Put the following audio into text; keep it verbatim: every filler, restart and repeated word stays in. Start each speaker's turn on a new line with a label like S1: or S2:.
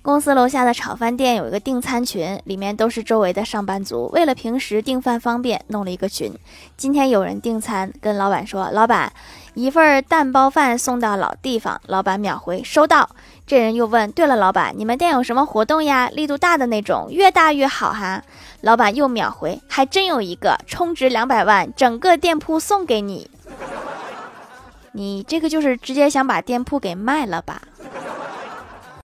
S1: 公司楼下的炒饭店有一个订餐群，里面都是周围的上班族，为了平时订饭方便，弄了一个群。今天有人订餐，跟老板说，老板，一份蛋包饭送到老地方。老板秒回收到。这人又问，对了老板，你们店有什么活动呀？力度大的那种，越大越好哈。老板又秒回，还真有一个，充值两百万，整个店铺送给你。你这个就是直接想把店铺给卖了吧？